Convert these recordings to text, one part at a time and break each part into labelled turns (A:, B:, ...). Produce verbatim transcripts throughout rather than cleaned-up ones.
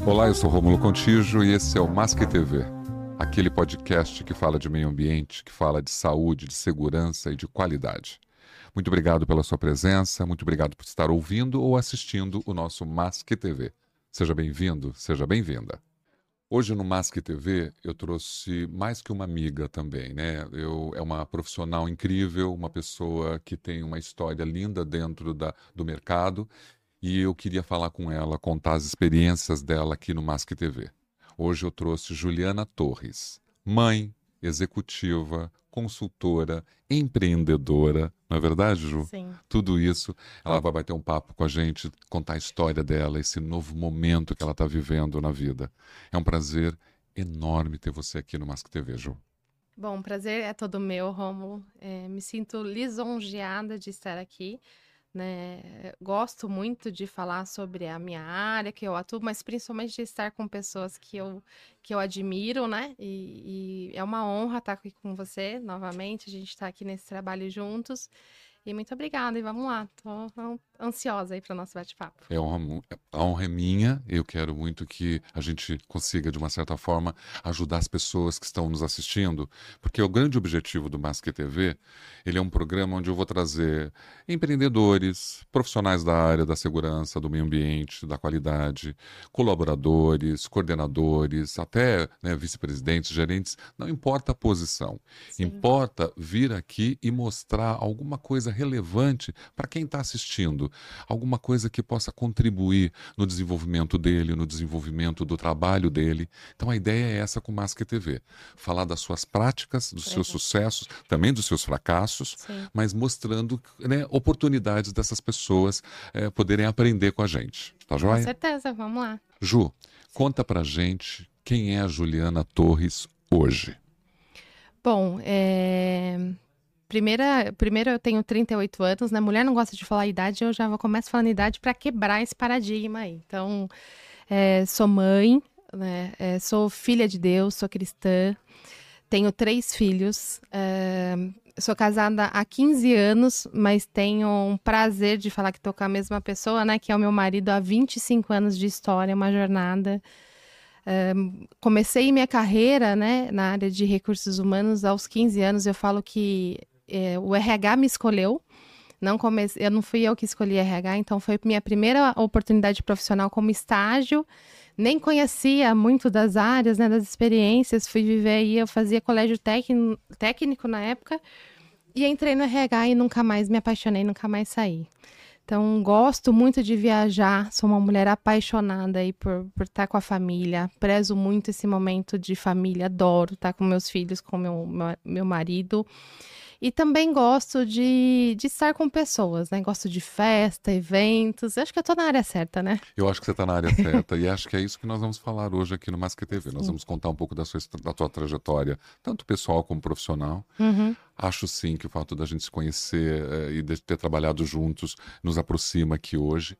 A: Olá, eu sou Rômulo Contígio e esse é o Masque T V, aquele podcast que fala de meio ambiente, que fala de saúde, de segurança e de qualidade. Muito obrigado pela sua presença, muito obrigado por estar ouvindo ou assistindo o nosso Masque T V. Seja bem-vindo, seja bem-vinda. Hoje no Masque T V eu trouxe mais que uma amiga também, né? Eu, é uma profissional incrível, uma pessoa que tem uma história linda dentro da, do mercado e eu queria falar com ela, contar as experiências dela aqui no Masque T V. Hoje eu trouxe Juliana Torres, mãe, executiva, consultora, empreendedora, não é verdade, Ju?
B: Sim.
A: Tudo isso, ela vai bater um papo com a gente, contar a história dela, esse novo momento que ela está vivendo na vida. É um prazer enorme ter você aqui no Masque T V, Ju.
B: Bom, o prazer é todo meu, Rômulo. É, me sinto lisonjeada de estar aqui, né? Gosto muito de falar sobre a minha área, que eu atuo, mas principalmente de estar com pessoas que eu, que eu admiro, né? E, e é uma honra estar aqui com você novamente, a gente está aqui nesse trabalho juntos. E muito obrigada, e vamos lá, tô ansiosa aí para o nosso bate-papo.
A: É honra, a honra é minha, eu quero muito que a gente consiga, de uma certa forma, ajudar as pessoas que estão nos assistindo, porque o grande objetivo do Masque T V, ele é um programa onde eu vou trazer empreendedores, profissionais da área da segurança, do meio ambiente, da qualidade, colaboradores, coordenadores, até né, vice-presidentes, gerentes, não importa a posição,
B: Sim.
A: Importa vir aqui e mostrar alguma coisa relevante para quem está assistindo, alguma coisa que possa contribuir no desenvolvimento dele, no desenvolvimento do trabalho dele. Então a ideia é essa com o Masque T V, falar das suas práticas, dos seus sucessos, também dos seus fracassos,
B: Sim.
A: mas mostrando né, oportunidades dessas pessoas é, poderem aprender com a gente. Tá joia?
B: Com certeza, vamos lá.
A: Ju, Sim. Conta pra gente quem é a Juliana Torres hoje.
B: Bom, é... Primeira, primeiro eu tenho trinta e oito anos, né? Mulher não gosta de falar idade, eu já vou começar falando idade para quebrar esse paradigma aí. Então, é, sou mãe, né? É, sou filha de Deus, sou cristã, tenho três filhos, é, sou casada há quinze anos, mas tenho um prazer de falar que tô com a mesma pessoa, né? Que é o meu marido há vinte e cinco anos de história, uma jornada. Um, comecei minha carreira né, na área de recursos humanos aos quinze anos. Eu falo que é, o R H me escolheu, não comecei, eu não fui eu que escolhi R H, então foi minha primeira oportunidade profissional como estágio. Nem conhecia muito das áreas, né, das experiências, fui viver aí, eu fazia colégio técnico, técnico na época, e entrei no R H e nunca mais me apaixonei, nunca mais saí. Então, gosto muito de viajar, sou uma mulher apaixonada aí por, por estar com a família, prezo muito esse momento de família, adoro estar com meus filhos, com meu, meu, meu marido. E também gosto de, de estar com pessoas, né? Gosto de festa, eventos. Eu acho que eu tô na área certa, né?
A: Eu acho que você está na área certa e acho que é isso que nós vamos falar hoje aqui no Masque T V. Sim. Nós vamos contar um pouco da sua, da tua trajetória, tanto pessoal como profissional.
B: Uhum.
A: Acho sim que o fato da gente se conhecer uh, e de ter trabalhado juntos nos aproxima aqui hoje.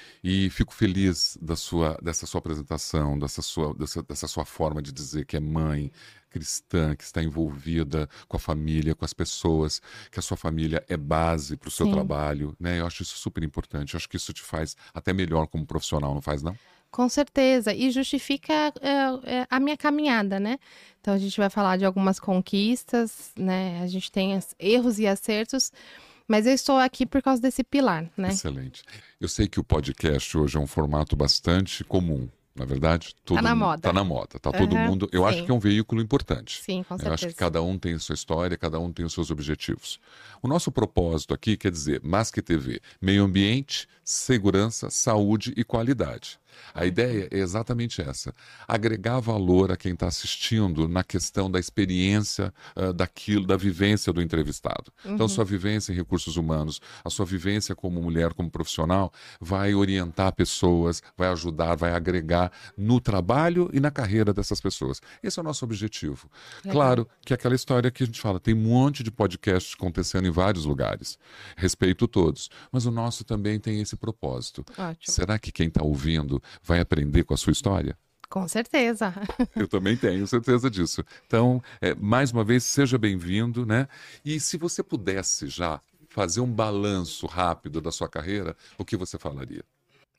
A: E fico feliz da sua, dessa sua apresentação, dessa sua, dessa, dessa sua forma de dizer que é mãe cristã, que está envolvida com a família, com as pessoas, que a sua família é base para o seu Sim. trabalho. Né? Eu acho isso super importante. Eu acho que isso te faz até melhor como profissional, não faz, não?
B: Com certeza, e justifica é, é, a minha caminhada, né? Então a gente vai falar de algumas conquistas, né? A gente tem erros e acertos, mas eu estou aqui por causa desse pilar, né?
A: Excelente. Eu sei que o podcast hoje é um formato bastante comum, na verdade. Todo
B: tá na moda.
A: Tá na moda, tá todo uhum, mundo... Eu
B: sim.
A: acho que é um veículo importante.
B: Sim, com certeza.
A: Eu acho que cada um tem a sua história, cada um tem os seus objetivos. O nosso propósito aqui quer dizer, Masque T V, meio ambiente, segurança, saúde e qualidade. A ideia é exatamente essa, agregar valor a quem está assistindo na questão da experiência uh, daquilo, da vivência do entrevistado. Uhum. Então, sua vivência em recursos humanos, a sua vivência como mulher, como profissional, vai orientar pessoas, vai ajudar, vai agregar no trabalho e na carreira dessas pessoas. Esse é o nosso objetivo. Legal. Claro que é aquela história que a gente fala, tem um monte de podcasts acontecendo em vários lugares. Respeito todos, mas o nosso também tem esse propósito.
B: Ótimo.
A: Será que quem está ouvindo vai aprender com a sua história?
B: Com certeza.
A: Eu também tenho certeza disso. Então, é, mais uma vez, seja bem-vindo, né? E se você pudesse já fazer um balanço rápido da sua carreira, o que você falaria?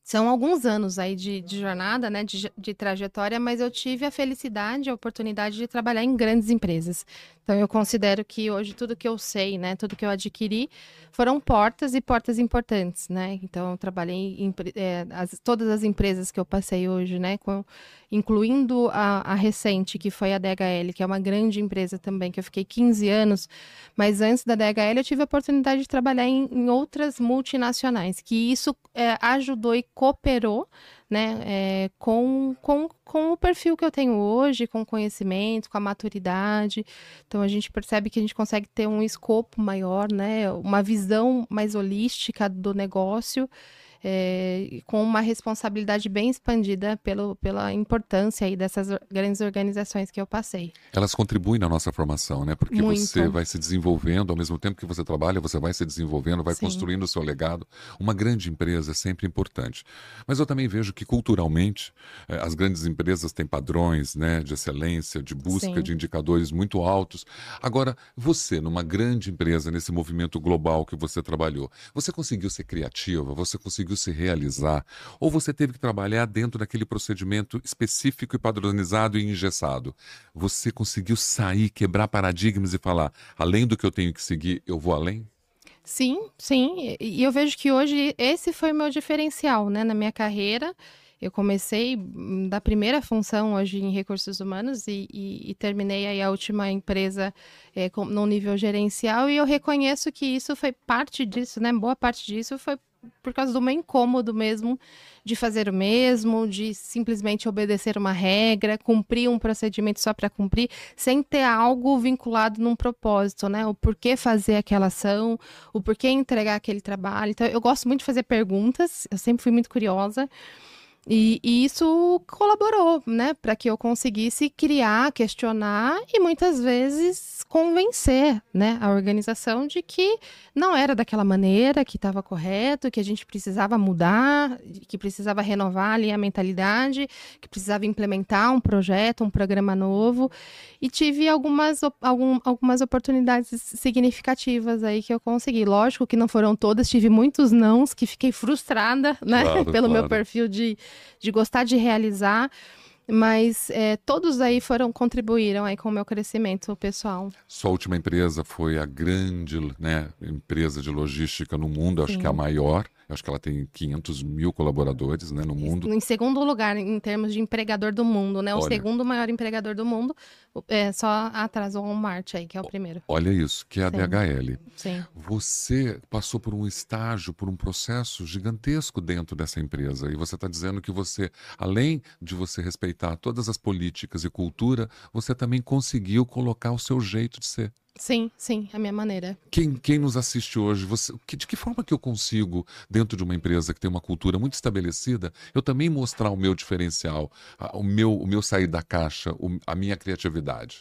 B: São alguns anos aí de, de jornada, né, de, de trajetória, mas eu tive a felicidade, a oportunidade de trabalhar em grandes empresas. Então, eu considero que hoje tudo que eu sei, né, tudo que eu adquiri, foram portas e portas importantes, né? Então, eu trabalhei em é, as, todas as empresas que eu passei hoje, né, com, incluindo a, a recente, que foi a D H L, que é uma grande empresa também, que eu fiquei quinze anos, mas antes da D H L eu tive a oportunidade de trabalhar em, em outras multinacionais, que isso é, ajudou e cooperou, né, é, com, com, com o perfil que eu tenho hoje, com o conhecimento, com a maturidade. Então, a gente percebe que a gente consegue ter um escopo maior, né, uma visão mais holística do negócio, é, com uma responsabilidade bem expandida pelo, pela importância aí dessas grandes organizações que eu passei.
A: Elas contribuem na nossa formação, né? Porque
B: Muito.
A: Você vai se desenvolvendo, ao mesmo tempo que você trabalha, você vai se desenvolvendo, vai Sim. construindo o seu legado. Uma grande empresa é sempre importante. Mas eu também vejo que, culturalmente, as grandes empresas têm padrões, né, de excelência, de busca Sim. de indicadores muito altos. Agora, você, numa grande empresa, nesse movimento global que você trabalhou, você conseguiu ser criativa? Você conseguiu se realizar? Ou você teve que trabalhar dentro daquele procedimento específico e padronizado e engessado? Você conseguiu sair, quebrar paradigmas e falar, além do que eu tenho que seguir, eu vou além?
B: Sim, sim. E eu vejo que hoje esse foi o meu diferencial, né, na minha carreira. Eu comecei da primeira função hoje em recursos humanos e, e, e terminei aí a última empresa é, com, no nível gerencial, e eu reconheço que isso foi parte disso, né? Boa parte disso foi por causa do meu incômodo mesmo de fazer o mesmo, de simplesmente obedecer uma regra, cumprir um procedimento só para cumprir, sem ter algo vinculado num propósito, né? O porquê fazer aquela ação, o porquê entregar aquele trabalho. Então, eu gosto muito de fazer perguntas, eu sempre fui muito curiosa. E, e isso colaborou, né, para que eu conseguisse criar, questionar e muitas vezes convencer, né, a organização de que não era daquela maneira, que estava correto, que a gente precisava mudar, que precisava renovar ali a mentalidade, que precisava implementar um projeto, um programa novo. E tive algumas, algum, algumas oportunidades significativas aí que eu consegui. Lógico que não foram todas, tive muitos nãos que fiquei frustrada, né,
A: claro,
B: pelo
A: claro.
B: meu perfil de de gostar de realizar, mas é, todos aí foram, contribuíram aí com o meu crescimento pessoal.
A: Sua última empresa foi a grande, né, empresa de logística no mundo, acho
B: Sim.
A: que é a maior. Acho que ela tem quinhentos mil colaboradores, né, no mundo.
B: Em segundo lugar, em termos de empregador do mundo, né? O
A: Olha,
B: segundo maior empregador do mundo, é, só atrás do Walmart aí, que é o primeiro.
A: Olha isso, que é a
B: Sim.
A: D H L.
B: Sim.
A: Você passou por um estágio, por um processo gigantesco dentro dessa empresa. E você está dizendo que você, além de você respeitar todas as políticas e cultura, você também conseguiu colocar o seu jeito de ser.
B: Sim, sim, a minha maneira.
A: Quem, quem nos assiste hoje, você, que, de que forma que eu consigo, dentro de uma empresa que tem uma cultura muito estabelecida, eu também mostrar o meu diferencial, a, o, meu, o meu sair da caixa, o, a minha criatividade?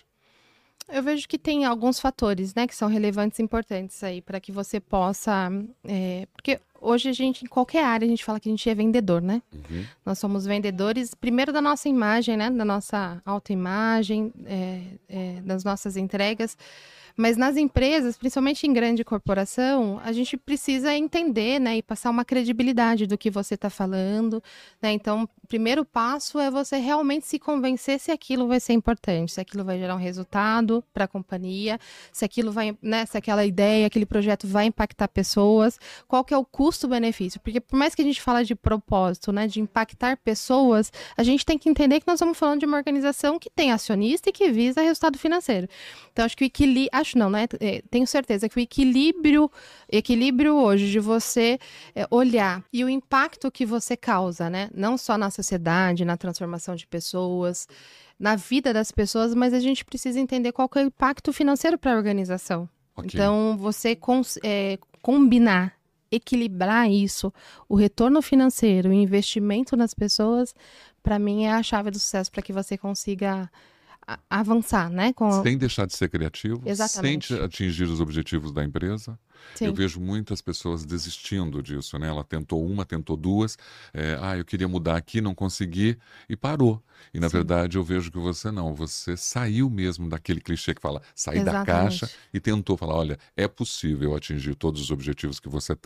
B: Eu vejo que tem alguns fatores, né, que são relevantes e importantes aí para que você possa, é, porque hoje a gente, em qualquer área, a gente fala que a gente é vendedor, né?
A: Uhum.
B: Nós somos vendedores, primeiro da nossa imagem, né, da nossa autoimagem, é, é, das nossas entregas. Mas nas empresas, principalmente em grande corporação, a gente precisa entender, né, e passar uma credibilidade do que você está falando, né? Então, o primeiro passo é você realmente se convencer se aquilo vai ser importante, se aquilo vai gerar um resultado para a companhia, se aquilo vai, né, se aquela ideia, aquele projeto vai impactar pessoas, qual que é o custo-benefício? Porque por mais que a gente fale de propósito, né, de impactar pessoas, a gente tem que entender que nós estamos falando de uma organização que tem acionista e que visa resultado financeiro. Então, acho que o equilíbrio, acho não, né? É, tenho certeza que o equilíbrio, equilíbrio hoje de você é, olhar e o impacto que você causa, né? Não só na sociedade, na transformação de pessoas, na vida das pessoas, mas a gente precisa entender qual que é o impacto financeiro para a organização. Okay. Então, você cons- é, combinar, equilibrar isso, o retorno financeiro, o investimento nas pessoas, para mim é a chave do sucesso para que você consiga avançar, né? Com...
A: Sem deixar de ser criativo,
B: Exatamente.
A: sem atingir os objetivos da empresa.
B: Sim.
A: Eu vejo muitas pessoas desistindo disso, né? Ela tentou uma, tentou duas, é, ah, eu queria mudar aqui, não consegui e parou. E na Sim. verdade eu vejo que você não, você saiu mesmo daquele clichê que fala, sair da caixa e tentou falar, olha, é possível atingir todos os objetivos que você tem,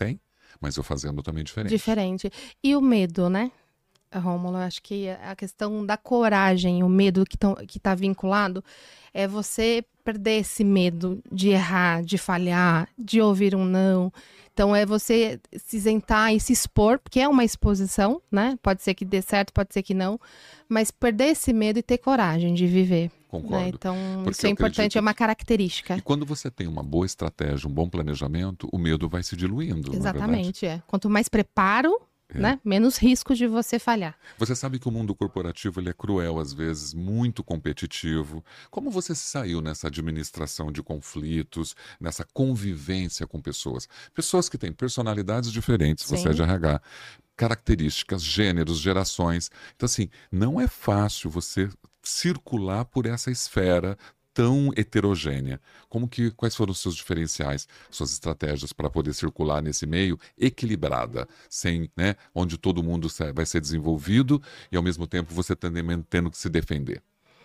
A: mas eu fazendo também diferente.
B: Diferente. E o medo, né, Rômulo? Eu acho que a questão da coragem, o medo que tão, que está vinculado, é você perder esse medo de errar, de falhar, de ouvir um não. Então, é você se isentar e se expor, porque é uma exposição, né? Pode ser que dê certo, pode ser que não, mas perder esse medo e ter coragem de viver.
A: Concordo.
B: Né? Então,
A: Porque
B: isso é importante, é uma característica.
A: E quando você tem uma boa estratégia, um bom planejamento, o medo vai se diluindo.
B: Exatamente, é. Quanto mais preparo,
A: É.
B: né? Menos risco de você falhar.
A: Você sabe que o mundo corporativo ele é cruel às vezes, muito competitivo. Como você saiu nessa administração de conflitos, nessa convivência com pessoas? Pessoas que têm personalidades diferentes,
B: Sim.
A: você é de R H, características, gêneros, gerações. Então assim, não é fácil você circular por essa esfera tão heterogênea. Como que, quais foram os seus diferenciais, suas estratégias para poder circular nesse meio equilibrada, sem, né, onde todo mundo vai ser desenvolvido e ao mesmo tempo você também tendo que se defender?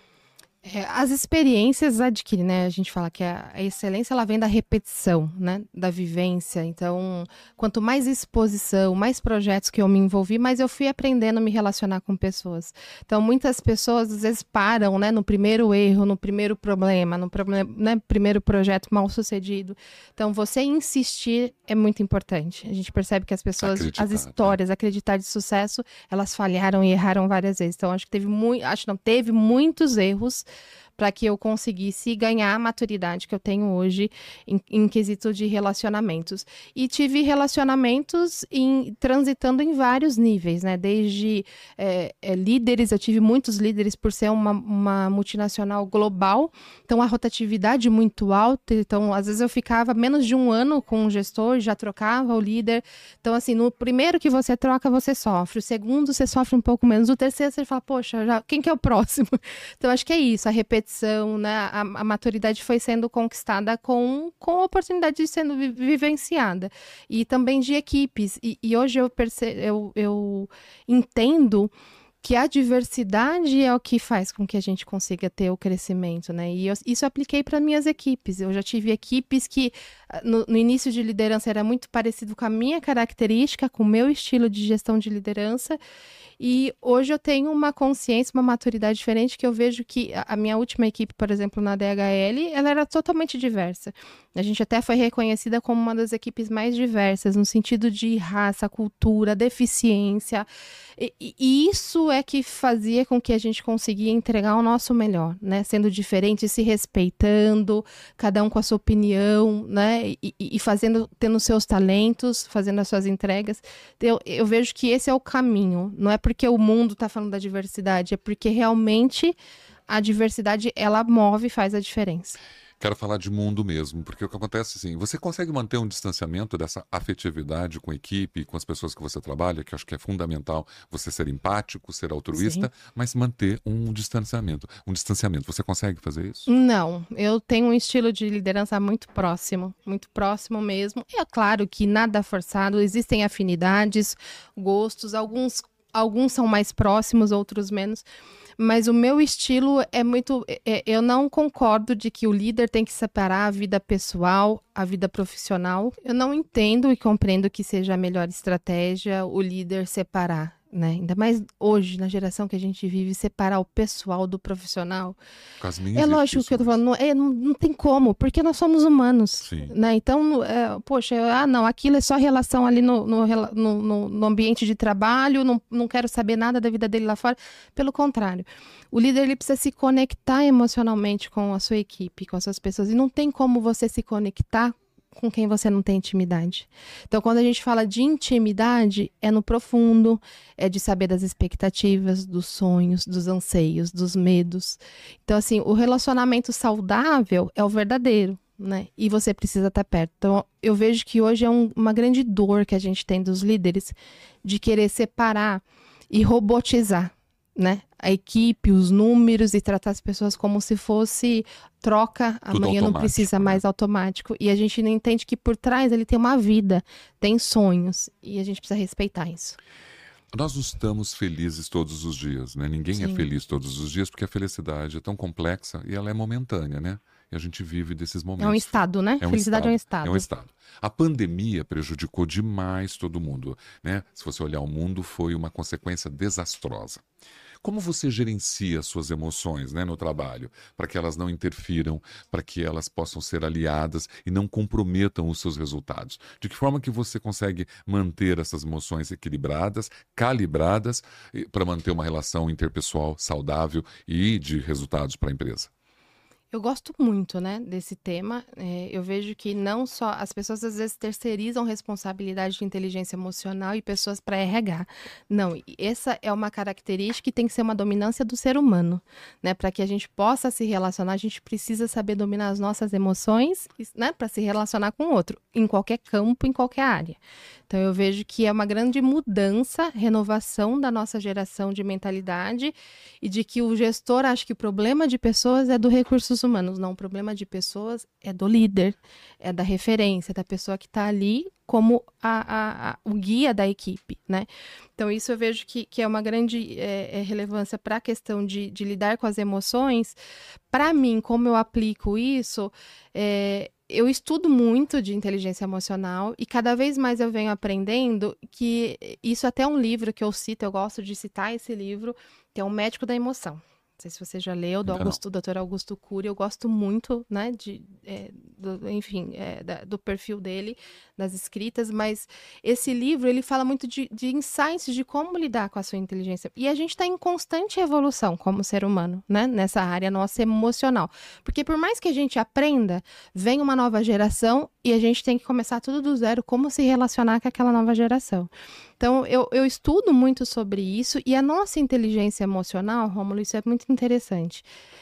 B: É, as experiências adquirem, né? A gente fala que a, a excelência ela vem da repetição, né? Da vivência. Então, quanto mais exposição, mais projetos que eu me envolvi, mais eu fui aprendendo a me relacionar com pessoas. Então, muitas pessoas às vezes param, né? No primeiro erro, no primeiro problema, no problema, né? Primeiro projeto mal sucedido. Então, você insistir é muito importante. A gente percebe que as pessoas,
A: Acreditar,
B: as histórias,
A: né?
B: acreditar de sucesso, elas falharam e erraram várias vezes. Então, acho que teve muito, acho não, teve muitos erros para que eu conseguisse ganhar a maturidade que eu tenho hoje em, em quesito de relacionamentos. E tive relacionamentos em, transitando em vários níveis, né? Desde é, é, líderes, eu tive muitos líderes por ser uma, uma multinacional global, então a rotatividade muito alta, então às vezes eu ficava menos de um ano com um gestor, já trocava o líder. Então assim, no primeiro que você troca, você sofre, o segundo você sofre um pouco menos, o terceiro você fala, poxa, já, quem que é o próximo? Então acho que é isso, a repetição, né? a, a maturidade foi sendo conquistada com, com a oportunidade de sendo vi, vivenciada. E também de equipes. E, e hoje eu, perce, eu, eu entendo que a diversidade é o que faz com que a gente consiga ter o crescimento, né? E eu, isso eu apliquei para minhas equipes. Eu já tive equipes que no, no início de liderança era muito parecido com a minha característica, com o meu estilo de gestão de liderança. E hoje eu tenho uma consciência, uma maturidade diferente, que eu vejo que a minha última equipe, por exemplo, na D H L, ela era totalmente diversa. A gente até foi reconhecida como uma das equipes mais diversas, no sentido de raça, cultura, deficiência. E, e isso é que fazia com que a gente conseguia entregar o nosso melhor, né? Sendo diferente, se respeitando, cada um com a sua opinião, né? E, e fazendo, tendo seus talentos, fazendo as suas entregas. Eu, eu vejo que esse é o caminho. Não é porque o mundo está falando da diversidade, é porque realmente a diversidade, ela move e faz a diferença.
A: Quero falar de mundo mesmo, porque o que acontece assim, você consegue manter um distanciamento dessa afetividade com a equipe, com as pessoas que você trabalha, que eu acho que é fundamental você ser empático, ser altruísta, Sim. mas manter um distanciamento. Um distanciamento, você consegue fazer isso?
B: Não, eu tenho um estilo de liderança muito próximo, muito próximo mesmo. E é claro que nada forçado, existem afinidades, gostos, alguns, alguns são mais próximos, outros menos. Mas o meu estilo é muito... É, eu não concordo de que o líder tem que separar a vida pessoal, a vida profissional. Eu não entendo e compreendo que seja a melhor estratégia o líder separar, né? Ainda mais hoje, na geração que a gente vive, separar o pessoal do profissional. É lógico que eu tô falando, não, é, não, não tem como, porque nós somos humanos,
A: Sim.
B: né? Então, é, poxa, ah, não, aquilo é só relação ali no, no, no, no ambiente de trabalho, não, não quero saber nada da vida dele lá fora. Pelo contrário, o líder ele precisa se conectar emocionalmente com a sua equipe, com as suas pessoas, e não tem como você se conectar com quem você não tem intimidade. Então, quando a gente fala de intimidade, é no profundo, é de saber das expectativas, dos sonhos, dos anseios, dos medos. Então, assim, o relacionamento saudável é o verdadeiro, né? E você precisa estar perto. Então, eu vejo que hoje é um, uma grande dor que a gente tem dos líderes de querer separar e robotizar, né? A equipe, os números e tratar as pessoas como se fosse troca,
A: Tudo
B: amanhã não precisa mais, né? Automático. E a gente não entende que por trás ele tem uma vida, tem sonhos e a gente precisa respeitar isso.
A: Nós não estamos felizes todos os dias, né? Ninguém Sim. é feliz todos os dias porque a felicidade é tão complexa e ela é momentânea, né? E a gente vive desses momentos.
B: É um estado, né?
A: É um
B: Felicidade
A: estado,
B: é um estado.
A: É um estado. A pandemia prejudicou demais todo mundo, né? Se você olhar o mundo, foi uma consequência desastrosa. Como você gerencia as suas emoções, né, no trabalho, para que elas não interfiram, para que elas possam ser aliadas e não comprometam os seus resultados? De que forma que você consegue manter essas emoções equilibradas, calibradas, para manter uma relação interpessoal saudável e de resultados para a empresa?
B: Eu gosto muito, né, desse tema. É, eu vejo que não só as pessoas às vezes terceirizam responsabilidade de inteligência emocional e pessoas para R H. Não, essa é uma característica que tem que ser uma dominância do ser humano, né? Para que a gente possa se relacionar, a gente precisa saber dominar as nossas emoções, né, para se relacionar com o outro, em qualquer campo, em qualquer área. Então eu vejo que é uma grande mudança, renovação da nossa geração de mentalidade e de que o gestor acha que o problema de pessoas é do recursos humanos. Não, o problema de pessoas é do líder, é da referência, da pessoa que está ali como a, a, a, o guia da equipe, né? Então isso eu vejo que, que é uma grande é, é relevância para a questão de, de lidar com as emoções. Para mim, como eu aplico isso, é, eu estudo muito de inteligência emocional e cada vez mais eu venho aprendendo que isso até é um livro que eu cito, eu gosto de citar esse livro, que é O Médico da Emoção. Não sei se você já leu, do Augusto, doutor Augusto Cury, eu gosto muito, né, de, é, do, enfim, é, da, do perfil dele, das escritas, mas esse livro, ele fala muito de, de insights de como lidar com a sua inteligência. E a gente está em constante evolução como ser humano, né, nessa área nossa emocional. Porque por mais que a gente aprenda, vem uma nova geração e a gente tem que começar tudo do zero, como se relacionar com aquela nova geração. Então, eu, eu estudo muito sobre isso e a nossa inteligência emocional, Rômulo, isso é muito interessante.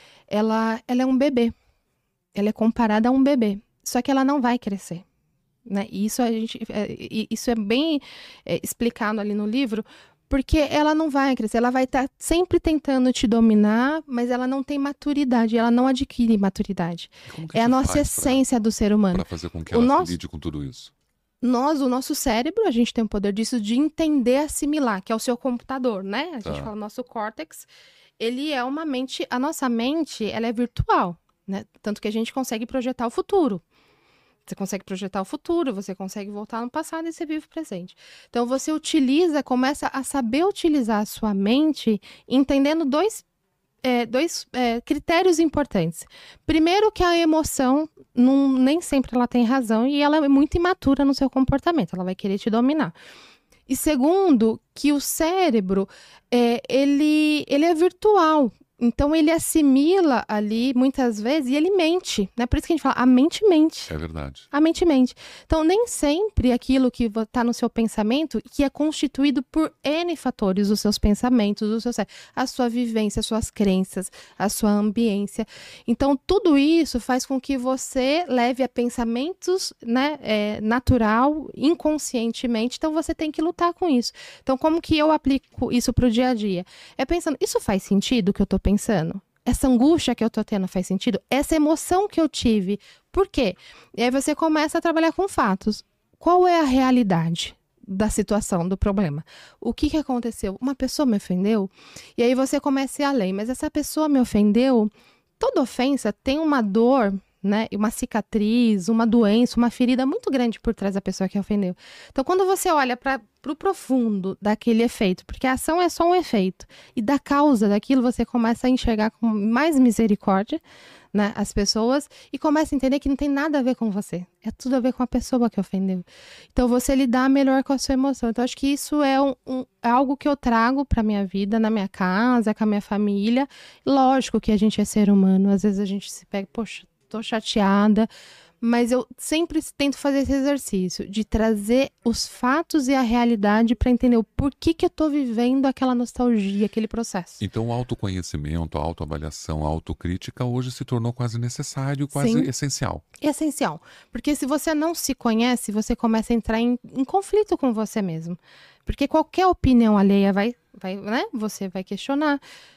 B: Ela, ela é um bebê. Ela é comparada a um bebê. Só que ela não vai crescer, né? E isso, a gente, é, isso é bem é, explicado ali no livro, porque ela não vai crescer. Ela vai estar sempre tentando te dominar, mas ela não tem maturidade, ela não adquire maturidade. É a nossa essência pra, do ser humano.
A: Para fazer com que ela o nosso... lide com tudo isso.
B: Nós, o nosso cérebro, a gente tem o poder disso de entender, assimilar, que é o seu computador, né? A gente
A: tá.
B: fala nosso córtex, ele é uma mente, a nossa mente, ela é virtual, né? Tanto que a gente consegue projetar o futuro. Você consegue projetar o futuro, você consegue voltar no passado e você vive o presente. Então, você utiliza, começa a saber utilizar a sua mente, entendendo dois É, dois é, critérios importantes. Primeiro, que a emoção, não, nem sempre ela tem razão e ela é muito imatura no seu comportamento, ela vai querer te dominar. E segundo, que o cérebro, é, ele, ele é virtual. Então, ele assimila ali, muitas vezes, e ele mente, né? Por isso que a gente fala, a mente mente.
A: É verdade.
B: A mente mente. Então, nem sempre aquilo que está no seu pensamento, que é constituído por N fatores, os seus pensamentos, o seu, a sua vivência, as suas crenças, a sua ambiência. Então, tudo isso faz com que você leve a pensamentos, né, é, natural, inconscientemente. Então, você tem que lutar com isso. Então, como que eu aplico isso para o dia a dia? É pensando, isso faz sentido o que eu estou pensando? Essa angústia que eu tô tendo faz sentido? Essa emoção que eu tive, por quê? E aí você começa a trabalhar com fatos. Qual é a realidade da situação, do problema? O que que aconteceu? Uma pessoa me ofendeu? E aí você começa a ir além. Mas essa pessoa me ofendeu? Toda ofensa tem uma dor, né? Uma cicatriz, uma doença, uma ferida muito grande por trás da pessoa que ofendeu. Então, quando você olha para o profundo daquele efeito, porque a ação é só um efeito, e da causa daquilo você começa a enxergar com mais misericórdia, né, as pessoas, e começa a entender que não tem nada a ver com você, é tudo a ver com a pessoa que ofendeu. Então, você lidar melhor com a sua emoção. Então, acho que isso é, um, um, é algo que eu trago para minha vida, na minha casa, com a minha família. Lógico que a gente é ser humano, às vezes a gente se pega, poxa, tô chateada, mas eu sempre tento fazer esse exercício de trazer os fatos e a realidade para entender o porquê que eu tô vivendo aquela nostalgia, aquele processo.
A: Então, o autoconhecimento, a autoavaliação, a autocrítica hoje se tornou quase necessário, quase
B: Sim.
A: essencial.
B: Essencial, porque se você não se conhece, você começa a entrar em, em conflito com você mesmo, porque qualquer opinião alheia vai, vai, né? Você vai questionar.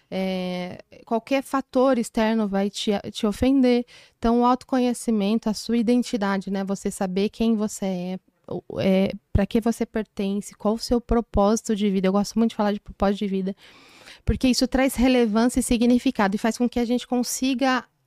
B: É, qualquer fator externo vai te, te ofender. Então, o autoconhecimento, a sua identidade, né? Você saber quem você é, é para que você pertence, qual o seu propósito de vida. Eu gosto muito de falar de propósito de vida, porque isso traz relevância e significado e faz com que a gente consiga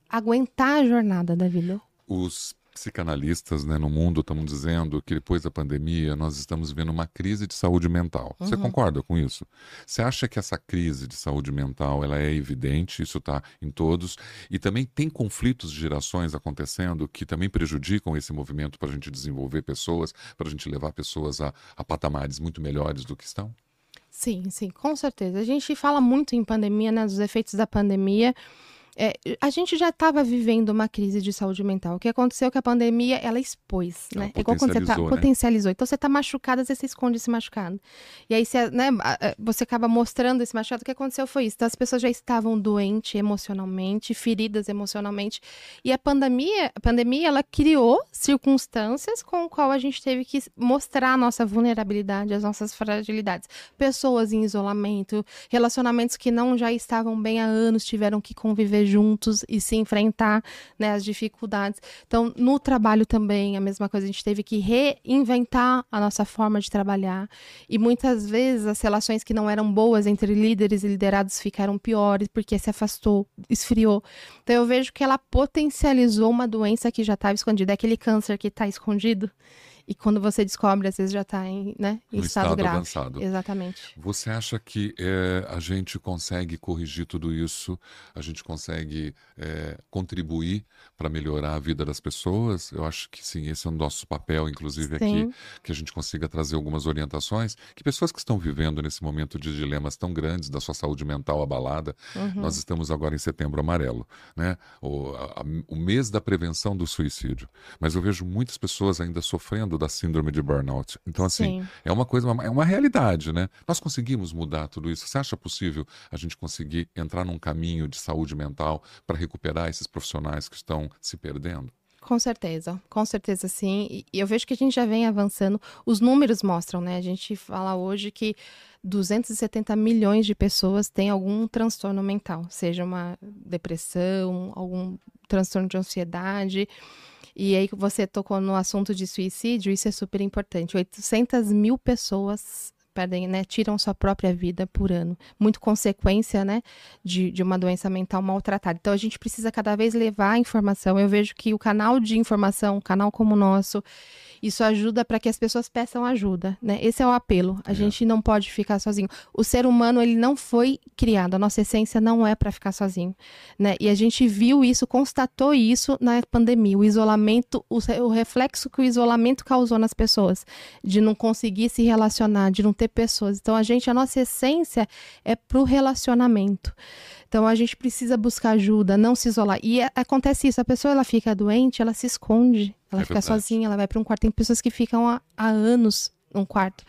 B: aguentar a jornada da vida.
A: Os psicanalistas, né, no mundo estão dizendo que depois da pandemia nós estamos vivendo uma crise de saúde mental. Você
B: Uhum.
A: concorda com isso? Você acha que essa crise de saúde mental ela é evidente, isso está em todos, e também tem conflitos de gerações acontecendo que também prejudicam esse movimento para a gente desenvolver pessoas, para a gente levar pessoas a, a patamares muito melhores do que estão?
B: Sim, sim, com certeza. A gente fala muito em pandemia, né, dos efeitos da pandemia. É, a gente já estava vivendo uma crise de saúde mental. O que aconteceu é que a pandemia, ela expôs,
A: Ela
B: né? É igual quando você tá,
A: potencializou, né?
B: potencializou. Então, você está machucada, você se esconde esse machucado. E aí, você, né, você acaba mostrando esse machucado. O que aconteceu foi isso. Então, as pessoas já estavam doentes emocionalmente, feridas emocionalmente. E a pandemia, a pandemia, ela criou circunstâncias com o qual a gente teve que mostrar a nossa vulnerabilidade, as nossas fragilidades. Pessoas em isolamento, relacionamentos que não já estavam bem há anos, tiveram que conviver juntos e se enfrentar, né, as dificuldades. Então, no trabalho também, a mesma coisa, a gente teve que reinventar a nossa forma de trabalhar e muitas vezes as relações que não eram boas entre líderes e liderados ficaram piores porque se afastou, esfriou. Então, eu vejo que ela potencializou uma doença que já estava escondida, é aquele câncer que está escondido. E quando você descobre, às vezes já está em, né, em
A: No
B: estado,
A: estado
B: grave.
A: avançado.
B: Exatamente.
A: Você acha que é, a gente consegue corrigir tudo isso? A gente consegue é, contribuir para melhorar a vida das pessoas? Eu acho que sim, esse é o nosso papel, inclusive
B: Sim.
A: aqui, que a gente consiga trazer algumas orientações, que pessoas que estão vivendo nesse momento de dilemas tão grandes da sua saúde mental abalada,
B: Uhum.
A: nós estamos agora em Setembro Amarelo, né? O, a, o mês da prevenção do suicídio. Mas eu vejo muitas pessoas ainda sofrendo da síndrome de burnout. Então, assim,
B: Sim.
A: é uma coisa, uma- é uma realidade, né? Nós conseguimos mudar tudo isso. Você acha possível a gente conseguir entrar num caminho de saúde mental para recuperar esses profissionais que estão se perdendo?
B: Com certeza, com certeza sim. E e eu vejo que a gente já vem avançando. Os números mostram, né? A gente fala hoje que duzentos e setenta milhões de pessoas têm algum transtorno mental, seja uma depressão, algum transtorno de ansiedade. E aí que você tocou no assunto de suicídio, isso é super importante. oitocentas mil pessoas perdem, né, tiram sua própria vida por ano. Muito consequência, né, de, de uma doença mental maltratada. Então, a gente precisa cada vez levar a informação. Eu vejo que o canal de informação, um canal como o nosso, isso ajuda para que as pessoas peçam ajuda, né? Esse é o apelo. A
A: É.
B: gente não pode ficar sozinho. O ser humano, ele não foi criado. A nossa essência não é para ficar sozinho, né? E a gente viu isso, constatou isso na pandemia. O isolamento, o, o reflexo que o isolamento causou nas pessoas, de não conseguir se relacionar, de não ter pessoas. Então, a gente, a nossa essência é pro relacionamento. Então, a gente precisa buscar ajuda, não se isolar. E é, acontece isso, a pessoa ela fica doente, ela se esconde, ela
A: É
B: fica
A: verdade.
B: sozinha, ela vai para um quarto. Tem pessoas que ficam há, há anos num quarto.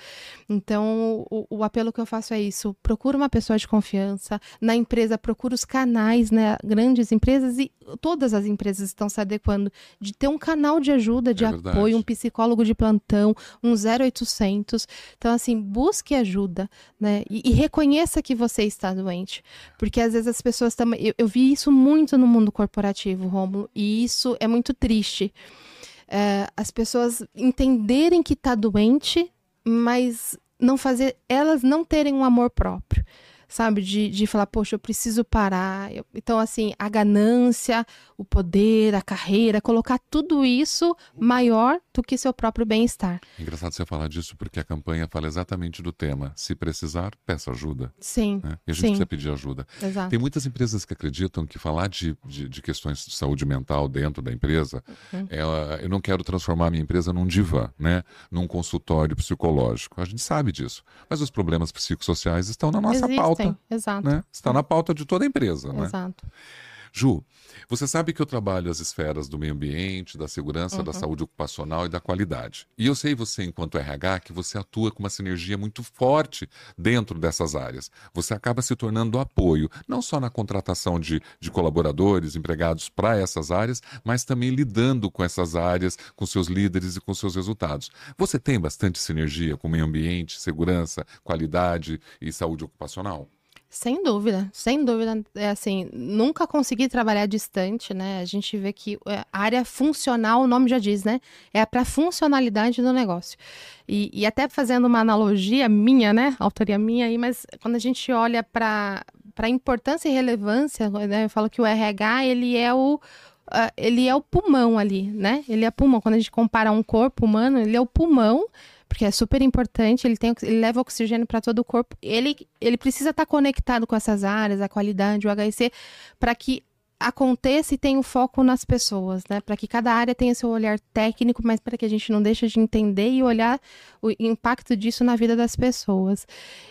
B: Então, o, o apelo que eu faço é isso. Procura uma pessoa de confiança. Na empresa, procura os canais, né? Grandes empresas e todas as empresas estão se adequando de ter um canal de ajuda, de
A: É
B: apoio,
A: verdade.
B: um psicólogo de plantão, um zero oitocentos. Então, assim, busque ajuda, né? E, e reconheça que você está doente. Porque às vezes as pessoas também... Eu, eu vi isso muito no mundo corporativo, Rômulo, e isso é muito triste. É, as pessoas entenderem que está doente, mas não fazer, elas não terem um amor próprio, sabe? De, de falar, poxa, eu preciso parar. Eu, então, assim, a ganância, o poder, a carreira, colocar tudo isso maior do que seu próprio bem-estar.
A: Engraçado você falar disso porque a campanha fala exatamente do tema. Se precisar, peça ajuda.
B: Sim,
A: Né? E a gente
B: sim,
A: precisa pedir ajuda.
B: exato.
A: Tem muitas empresas que acreditam que falar de, de, de questões de saúde mental dentro da empresa,
B: Uhum.
A: é, eu não quero transformar a minha empresa num divã, né? Num consultório psicológico. A gente sabe disso. Mas os problemas psicossociais estão na nossa
B: Existem,
A: pauta.
B: exato,
A: Né? Está na pauta de toda a empresa. Né?
B: exato.
A: Ju, você sabe que eu trabalho as esferas do meio ambiente, da segurança,
B: Uhum.
A: da saúde ocupacional e da qualidade. E eu sei você, enquanto R H, que você atua com uma sinergia muito forte dentro dessas áreas. Você acaba se tornando apoio, não só na contratação de, de colaboradores, empregados para essas áreas, mas também lidando com essas áreas, com seus líderes e com seus resultados. Você tem bastante sinergia com meio ambiente, segurança, qualidade e saúde ocupacional?
B: Sem dúvida, sem dúvida. É assim, nunca consegui trabalhar distante, né? A gente vê que é, a área funcional, o nome já diz, né? É para funcionalidade do negócio. E, e até fazendo uma analogia minha, né? Autoria minha aí, mas quando a gente olha para para importância e relevância, né? Eu falo que o R H, ele é o, uh, ele é o pulmão ali, né? Ele é pulmão. Quando a gente compara um corpo humano, ele é o pulmão, porque é super importante, ele, tem, ele leva oxigênio para todo o corpo. Ele, ele precisa estar conectado com essas áreas, a qualidade, o H S C, para que aconteça e tenha o foco nas pessoas, né? Para que cada área tenha seu olhar técnico, mas para que a gente não deixe de entender e olhar o impacto disso na vida das pessoas.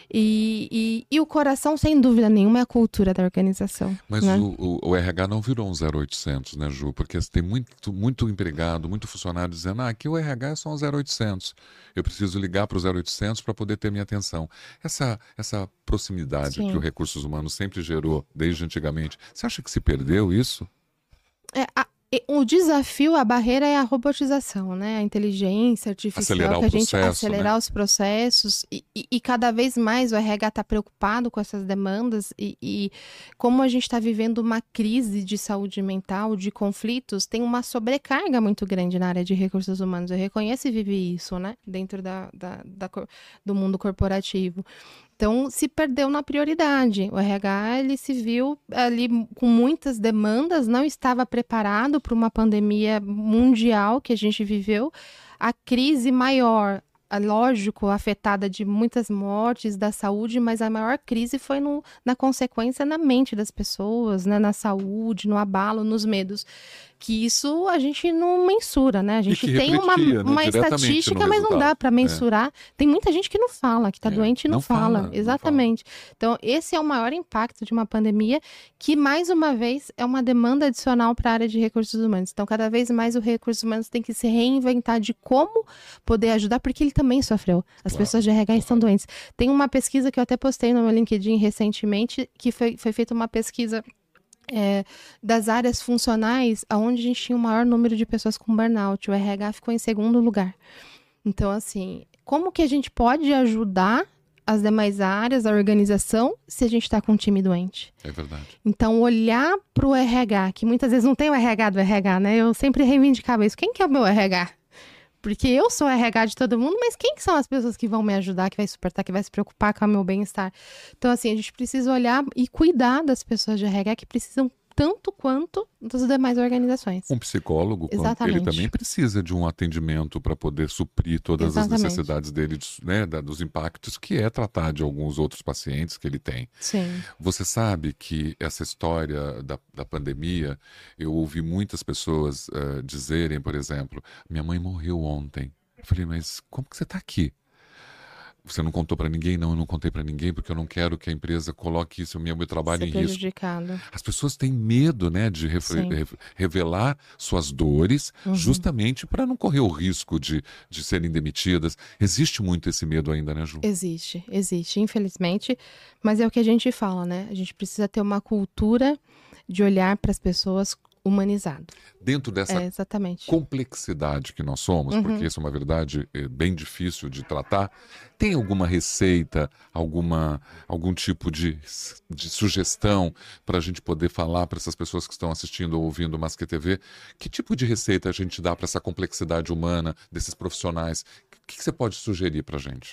B: E, e, e o coração, sem dúvida nenhuma, é a cultura da organização.
A: Mas
B: né?
A: o, o, o R H não virou um zero oitocentos, né, Ju? Porque tem muito, muito empregado, muito funcionário dizendo, ah, aqui o R H é só um zero oitocentos. Eu preciso ligar para o zero oitocentos para poder ter minha atenção. Essa, essa proximidade
B: Sim.
A: que o Recursos Humanos sempre gerou desde antigamente, você acha que se perdeu isso?
B: É, a, o desafio, a barreira é a robotização, né? A inteligência artificial,
A: acelerar
B: que a
A: o
B: gente
A: processo,
B: acelerar
A: né?
B: os processos e, e, e cada vez mais o R H está preocupado com essas demandas e, e como a gente está vivendo uma crise de saúde mental, de conflitos, tem uma sobrecarga muito grande na área de recursos humanos. Eu reconheço e vivi isso, né? Dentro da, da, da, do mundo corporativo. Então, se perdeu na prioridade. O R H, ele se viu ali com muitas demandas, não estava preparado para uma pandemia mundial que a gente viveu. A crise maior, lógico, afetada de muitas mortes da saúde, mas a maior crise foi no, na consequência na mente das pessoas, né? Na saúde, no abalo, nos medos. Que isso a gente não mensura, né? A gente tem uma,
A: né?
B: uma estatística, mas não dá para mensurar. É. Tem muita gente que não fala, que está é. doente e não, não fala. fala. Exatamente. Não fala. Então, esse é o maior impacto de uma pandemia, que, mais uma vez, é uma demanda adicional para a área de recursos humanos. Então, cada vez mais o recursos humanos tem que se reinventar de como poder ajudar, porque ele também sofreu. As claro, pessoas de R H claro. estão doentes. Tem uma pesquisa que eu até postei no meu LinkedIn recentemente, que foi, foi feita uma pesquisa É, das áreas funcionais, onde a gente tinha o maior número de pessoas com burnout. O R H ficou em segundo lugar. Então, assim, como que a gente pode ajudar as demais áreas, a organização, se a gente está com um time doente?
A: É verdade.
B: Então, olhar para o R H, que muitas vezes não tem o R H do R H, né? Eu sempre reivindicava isso. Quem que é o meu R H? Porque eu sou o R H de todo mundo, mas quem que são as pessoas que vão me ajudar, que vai suportar, que vai se preocupar com o meu bem-estar? Então, assim, a gente precisa olhar e cuidar das pessoas de R H que precisam tanto quanto das demais organizações.
A: Um psicólogo,
B: Exatamente.
A: ele também precisa de um atendimento para poder suprir todas Exatamente. as necessidades dele, né, dos impactos, que é tratar de alguns outros pacientes que ele tem.
B: Sim.
A: Você sabe que essa história da, da pandemia, eu ouvi muitas pessoas uh, dizerem, por exemplo, minha mãe morreu ontem. Eu falei, mas como que você está aqui? Você não contou para ninguém? Não, eu não contei para ninguém porque eu não quero que a empresa coloque isso, o meu, meu trabalho
B: Ser
A: em
B: prejudicado.
A: risco. As pessoas têm medo, né, de re re revelar suas dores, uhum. justamente para não correr o risco de, de serem demitidas. Existe muito esse medo ainda, né, Ju?
B: Existe, existe, infelizmente. Mas é o que a gente fala, né? A gente precisa ter uma cultura de olhar para as pessoas humanizado.
A: Dentro dessa
B: é, exatamente.
A: complexidade que nós somos,
B: uhum.
A: porque isso é uma verdade é, bem difícil de tratar, tem alguma receita, alguma, algum tipo de, de sugestão para a gente poder falar para essas pessoas que estão assistindo ou ouvindo o Masque T V? Que tipo de receita a gente dá para essa complexidade humana desses profissionais? O que, que você pode sugerir para a gente?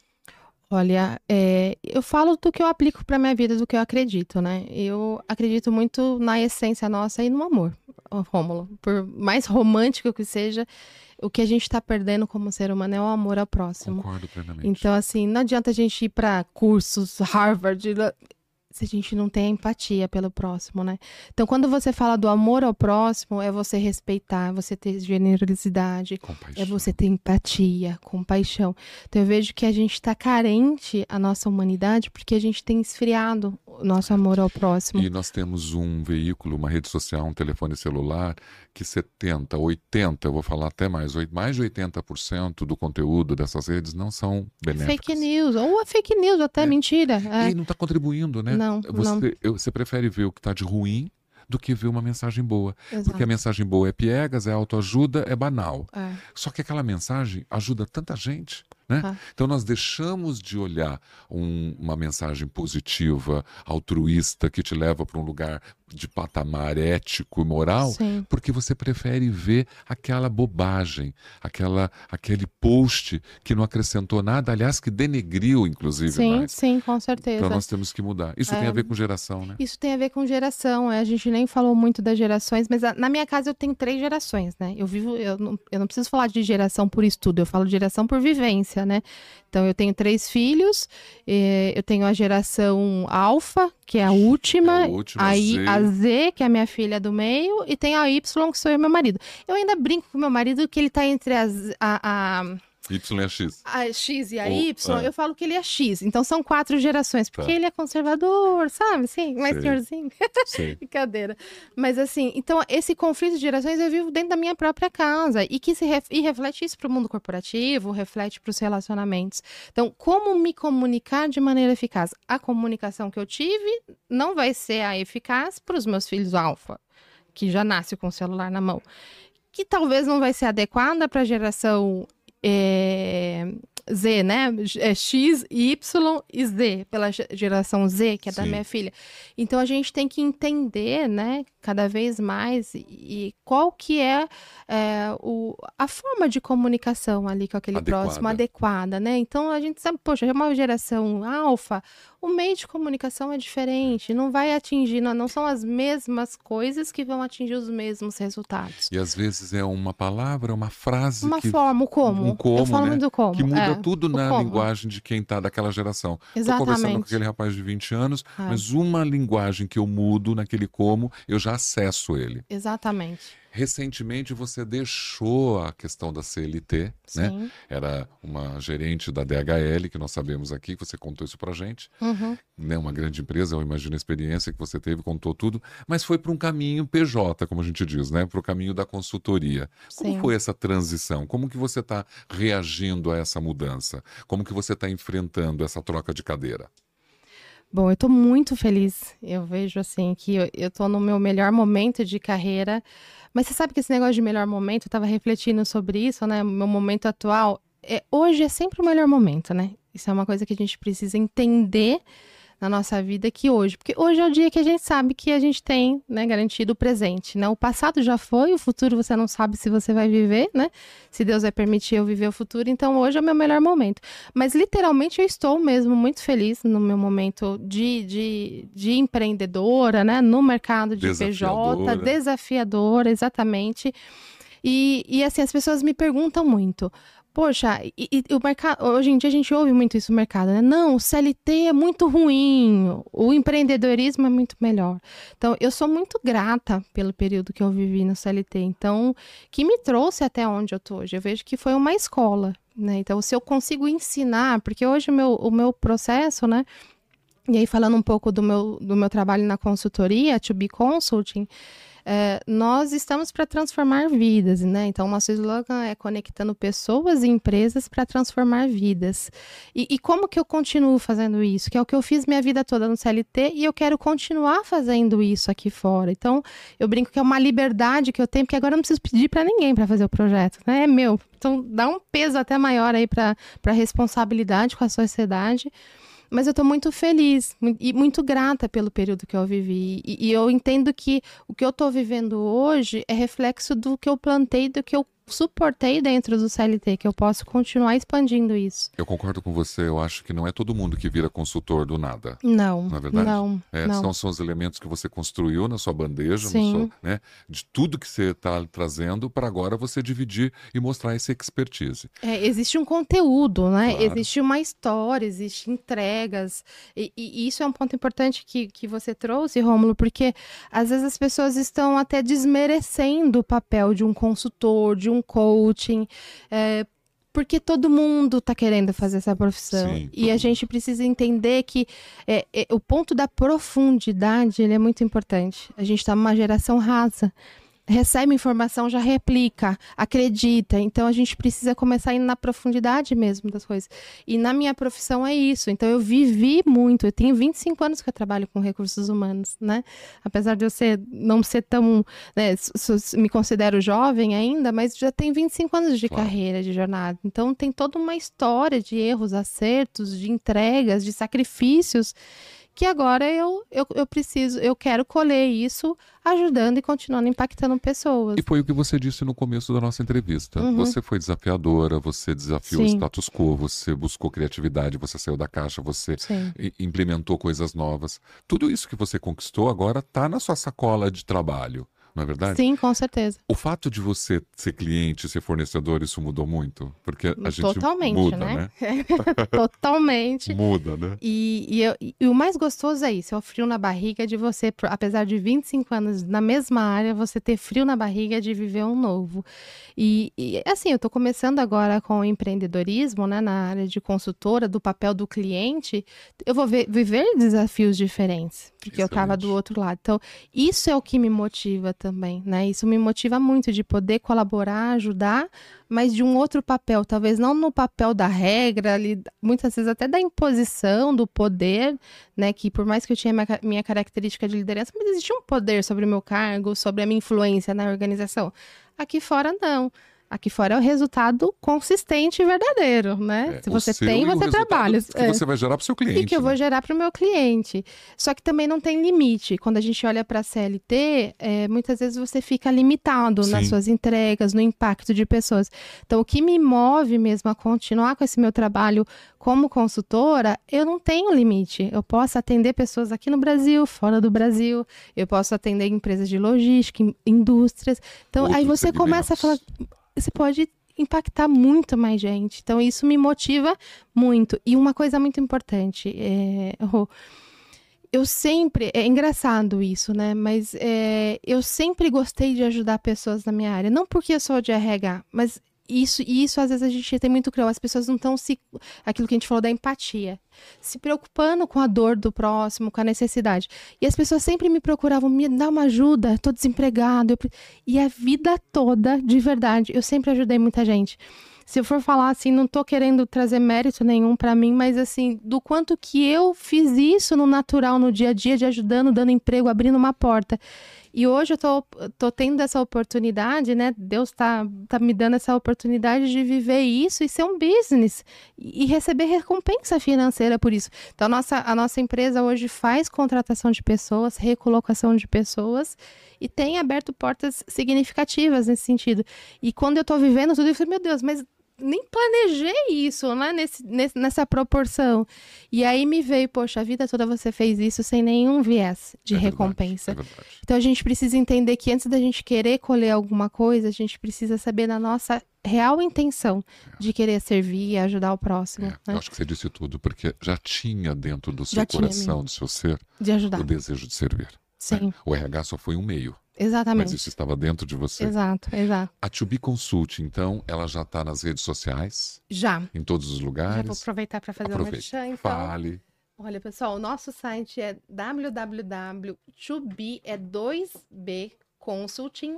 B: Olha, é, eu falo do que eu aplico para minha vida, do que eu acredito, né? Eu acredito muito na essência nossa e no amor, Rômulo. Por mais romântico que seja, o que a gente está perdendo como ser humano é o amor ao próximo.
A: Concordo plenamente.
B: Então, assim, não adianta a gente ir para cursos, Harvard, se a gente não tem empatia pelo próximo, né? Então, quando você fala do amor ao próximo, é você respeitar, é você ter generosidade,
A: compaixão.
B: É você ter empatia, compaixão. Então, eu vejo que a gente está carente, a nossa humanidade, porque a gente tem esfriado o nosso amor ao próximo.
A: E nós temos um veículo, uma rede social, um telefone celular, que setenta, oitenta, eu vou falar até mais, mais de oitenta por cento do conteúdo dessas redes não são benéficos.
B: Fake news, ou é fake news, até
A: é.
B: mentira. É.
A: E não está contribuindo, né?
B: Não,
A: você,
B: não.
A: Eu, você prefere ver o que está de ruim do que ver uma mensagem boa.
B: Exato.
A: Porque a mensagem boa é piegas, é autoajuda, é banal.
B: É.
A: Só que aquela mensagem ajuda tanta gente. Né?
B: Ah.
A: Então nós deixamos de olhar um, uma mensagem positiva, altruísta, que te leva para um lugar de patamar ético e moral,
B: Sim.
A: porque você prefere ver aquela bobagem, aquela, aquele post que não acrescentou nada, aliás, que denegriu, inclusive,
B: Sim,
A: mais.
B: sim, com certeza.
A: Então nós temos que mudar. Isso
B: É.
A: tem a ver com geração, né?
B: Isso tem a ver com geração, é, a gente nem falou muito das gerações, mas a, na minha casa eu tenho três gerações, né? Eu vivo, eu não, eu não preciso falar de geração por estudo, eu falo de geração por vivência, né? Então eu tenho três filhos, eh, eu tenho a geração alfa, que é a última,
A: É a última,
B: aí
A: Z.
B: a Z, que é a minha filha do meio, e tem a Y, que sou eu e meu marido. Eu ainda brinco com meu marido que ele tá entre as, a, a
A: Y é X.
B: a X e a
A: Ou-
B: Y,
A: é.
B: eu falo que ele é X. Então são quatro gerações, porque
A: Tá.
B: ele é conservador, sabe? Sim, mais
A: Sei.
B: senhorzinho.
A: Sei.
B: Brincadeira. Mas assim, então esse conflito de gerações eu vivo dentro da minha própria casa e que se ref... e reflete isso para o mundo corporativo, reflete para os relacionamentos. Então, como me comunicar de maneira eficaz? A comunicação que eu tive não vai ser a eficaz para os meus filhos alfa, que já nasce com o celular na mão, que talvez não vai ser adequada para a geração é, Z, né? É X, Y e Z, pela ge- geração Z, que é da
A: Sim.
B: minha filha. Então a gente tem que entender, né, cada vez mais e, e qual que é, é, o, a forma de comunicação ali com aquele
A: Adequada.
B: próximo, adequada, né? Então a gente sabe, poxa, é uma geração alfa, o meio de comunicação é diferente, não vai atingir, não, não são as mesmas coisas que vão atingir os mesmos resultados.
A: E às vezes é uma palavra, uma frase
B: Uma
A: que
B: forma, o como.
A: um como,
B: Eu falo
A: né?
B: muito do como.
A: que muda
B: é,
A: tudo
B: o
A: na
B: como.
A: linguagem de quem está daquela geração. Estou conversando com
B: Exatamente.
A: aquele rapaz de vinte anos,
B: É.
A: mas uma linguagem que eu mudo naquele como, eu já acesso ele.
B: Exatamente.
A: Recentemente você deixou a questão da C L T, né?
B: Sim.
A: Era uma gerente da D H L, que nós sabemos aqui, que você contou isso pra gente,
B: Uhum.
A: né? Uma grande empresa, eu imagino a experiência que você teve, contou tudo, mas foi para um caminho P J, como a gente diz, né? Para o caminho da consultoria. Como
B: Sim.
A: foi essa transição? Como que você está reagindo a essa mudança? Como que você está enfrentando essa troca de cadeira?
B: Bom, eu tô muito feliz. Eu vejo assim que eu, eu tô no meu melhor momento de carreira. Mas você sabe que esse negócio de melhor momento, eu tava refletindo sobre isso, né? Meu momento atual, é, hoje é sempre o melhor momento, né? Isso é uma coisa que a gente precisa entender na nossa vida que hoje, porque hoje é o dia que a gente sabe que a gente tem, né, garantido o presente, né? O passado já foi, o futuro você não sabe se você vai viver, né? Se Deus vai permitir eu viver o futuro, então hoje é o meu melhor momento. Mas literalmente eu estou mesmo muito feliz no meu momento de, de, de empreendedora, né? No mercado de P J,
A: Desafiadora.
B: desafiadora, exatamente. E, e assim, as pessoas me perguntam muito. Poxa, e, e o mercado, hoje em dia a gente ouve muito isso no mercado, né? Não, o C L T é muito ruim, o empreendedorismo é muito melhor. Então, eu sou muito grata pelo período que eu vivi no C L T, então, que me trouxe até onde eu tô hoje. Eu vejo que foi uma escola, né? Então, se eu consigo ensinar, porque hoje o meu, o meu processo, né? E aí, falando um pouco do meu, do meu trabalho na consultoria, To Be Consulting, é, nós estamos para transformar vidas, né? Então, nosso slogan é conectando pessoas e empresas para transformar vidas. E, e como que eu continuo fazendo isso? Que é o que eu fiz minha vida toda no C L T e eu quero continuar fazendo isso aqui fora. Então, eu brinco que é uma liberdade que eu tenho, porque agora eu não preciso pedir para ninguém para fazer o projeto, né? É meu. Então, dá um peso até maior aí para a responsabilidade com a sociedade. Mas eu estou muito feliz e muito grata pelo período que eu vivi. E, e eu entendo que o que eu estou vivendo hoje é reflexo do que eu plantei, do que eu suportei dentro do C L T, que eu posso continuar expandindo isso.
A: Eu concordo com você, eu acho que não é todo mundo que vira consultor do nada.
B: Não,
A: Na verdade,
B: não,
A: é,
B: não.
A: são, são os elementos que você construiu na sua bandeja, no
B: Sim.
A: seu, né, de tudo que você está trazendo para agora você dividir e mostrar essa expertise.
B: É, existe um conteúdo, né?
A: Claro.
B: Existe uma história, existe entregas. E, e isso é um ponto importante que, que você trouxe, Rômulo, porque às vezes as pessoas estão até desmerecendo o papel de um consultor, de um coaching, é, porque todo mundo está querendo fazer essa profissão.
A: Sim,
B: E a gente precisa entender que é, é, o ponto da profundidade ele é muito importante. A gente está numa geração rasa. recebe informação, já replica, acredita. Então, a gente precisa começar a ir na profundidade mesmo das coisas. E na minha profissão é isso. Então, eu vivi muito. Eu tenho vinte e cinco anos que eu trabalho com recursos humanos, né? Apesar de eu ser, não ser tão... Né, me considero jovem ainda, mas já tenho vinte e cinco anos de
A: Claro.
B: carreira, de jornada. Então, tem toda uma história de erros, acertos, de entregas, de sacrifícios, que agora eu, eu, eu preciso, eu quero colher isso ajudando e continuando impactando pessoas.
A: E foi o que você disse no começo da nossa entrevista.
B: Uhum.
A: Você foi desafiadora, você desafiou o
B: Sim.
A: status quo, você buscou criatividade, você saiu da caixa, você
B: Sim.
A: i- implementou coisas novas. Tudo isso que você conquistou agora está na sua sacola de trabalho, não é verdade?
B: Sim, com certeza.
A: O fato de você ser cliente, ser fornecedor, isso mudou muito? Porque a gente
B: Totalmente,
A: muda,
B: né?
A: né?
B: Totalmente.
A: Muda, né?
B: E, e, eu- e o mais gostoso é isso, é o frio na barriga de você, por- apesar de vinte e cinco anos na mesma área, você ter frio na barriga de viver um novo. E, e, assim, eu tô começando agora com o empreendedorismo, né, na área de consultora, do papel do cliente, eu vou ver- viver desafios diferentes, porque eu tava do
A: Excelente.
B: outro lado. Então, isso é o que me motiva também, né? Isso me motiva muito de poder colaborar, ajudar, mas de um outro papel, talvez não no papel da regra, ali, muitas vezes até da imposição do poder, né? Que por mais que eu tinha minha, ca- minha característica de liderança, mas existia um poder sobre o meu cargo, sobre a minha influência na organização. Aqui fora, não. Aqui fora é o resultado consistente e verdadeiro, né?
A: É,
B: Se
A: o
B: você
A: seu
B: tem,
A: e o
B: você
A: resultado
B: trabalha.
A: que
B: É.
A: você vai gerar para o seu cliente.
B: E que eu vou
A: né?
B: gerar para o meu cliente. Só que também não tem limite. Quando a gente olha para a C L T, é, muitas vezes você fica limitado nas
A: Sim.
B: suas entregas, no impacto de pessoas. Então, o que me move mesmo a continuar com esse meu trabalho como consultora, eu não tenho limite. Eu posso atender pessoas aqui no Brasil, fora do Brasil. Eu posso atender empresas de logística, in- indústrias. Então, aí
A: Outros
B: você começa a falar...
A: segmentos.
B: Você pode impactar muito mais gente. Então, isso me motiva muito. E uma coisa muito importante, é, Rô, eu sempre, é engraçado isso, né? Mas é, eu sempre gostei de ajudar pessoas na minha área. Não porque eu sou de R H, mas isso, e isso às vezes a gente tem muito cruel. As pessoas não estão se... Aquilo que a gente falou da empatia. Se preocupando com a dor do próximo, com a necessidade. E as pessoas sempre me procuravam, me dá uma ajuda, tô desempregado. eu pre- E a vida toda, de verdade, eu sempre ajudei muita gente. Se eu for falar assim, não tô querendo trazer mérito nenhum pra mim, mas assim, do quanto que eu fiz isso no natural, no dia a dia, de ajudando, dando emprego, abrindo uma porta. E hoje eu tô, tô tendo essa oportunidade, né? Deus tá, tá me dando essa oportunidade de viver isso e ser um business e, e receber recompensa financeira por isso. Então, a nossa, a nossa empresa hoje faz contratação de pessoas, recolocação de pessoas e tem aberto portas significativas nesse sentido. E quando eu tô vivendo tudo, eu falei, meu Deus, mas nem planejei isso, né? Nesse, nesse- nessa proporção. E aí me veio, poxa, a vida toda você fez isso sem nenhum viés de
A: É verdade,
B: recompensa.
A: é verdade.
B: Então a gente precisa entender que antes da gente querer colher alguma coisa, a gente precisa saber da nossa real intenção de querer servir e ajudar o próximo,
A: É,
B: né?
A: eu acho que você disse tudo, porque já tinha dentro do seu
B: Já tinha
A: coração, do seu ser,
B: De ajudar.
A: o desejo de servir.
B: Sim,
A: né? O R H só foi um meio, mas
B: exatamente.
A: isso estava dentro de você.
B: Exato, exato.
A: A To Be Consult, então, ela já está nas redes sociais,
B: Já.
A: em todos os
B: Já
A: lugares.
B: vou aproveitar para fazer o
A: Aproveite,
B: merchan, então.
A: fale.
B: Olha, pessoal, o nosso site é w w w ponto to be é dois b consulting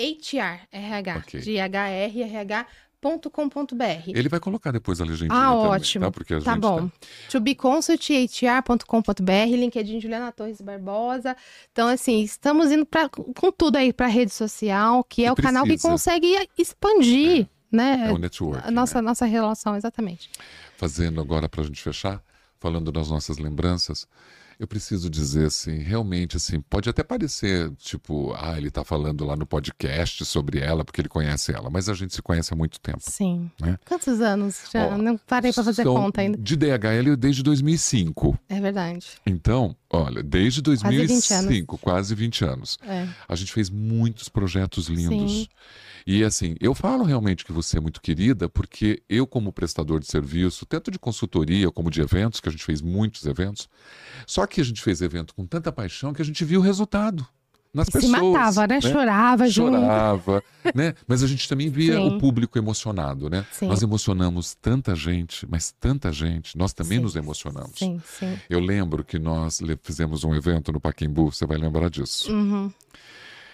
B: H R, R H,
A: Ok.
B: de H R R H ponto com ponto b r.
A: Ele vai colocar depois a legendinha
B: Ah,
A: também,
B: ótimo.
A: tá? Porque a
B: Tá
A: gente
B: bom. to be consult h r ponto com ponto b r, LinkedIn Juliana Torres Barbosa. Então, assim, estamos indo pra, com tudo aí para rede social, que é
A: E
B: o canal que
A: precisa.
B: consegue expandir, né?
A: É o network,
B: a nossa,
A: né?
B: nossa relação, exatamente.
A: Fazendo agora para a gente fechar, falando das nossas lembranças, eu preciso dizer assim, realmente assim, pode até parecer tipo, ah, ele está falando lá no podcast sobre ela porque ele conhece ela, mas a gente se conhece há muito tempo.
B: Sim.
A: Né?
B: Quantos anos? Já
A: Ó,
B: não parei para fazer
A: São
B: conta ainda.
A: De D H L desde dois mil e cinco.
B: É verdade.
A: Então, olha, desde dois mil e
B: vinte anos.
A: cinco, quase vinte anos.
B: É.
A: A gente fez muitos projetos lindos.
B: Sim.
A: E assim, eu falo realmente que você é muito querida, porque eu, como prestador de serviço, tanto de consultoria como de eventos, que a gente fez muitos eventos, só que a gente fez evento com tanta paixão que a gente viu o resultado nas
B: Se
A: pessoas.
B: matava, né? Chorava junto.
A: Chorava, né? Mas a gente também via
B: Sim.
A: o público emocionado, né?
B: Sim.
A: Nós emocionamos tanta gente, mas tanta gente, nós também
B: Sim.
A: nos emocionamos.
B: Sim, sim.
A: Eu lembro que nós le- fizemos um evento no Pacaembu, você vai lembrar disso.
B: Uhum.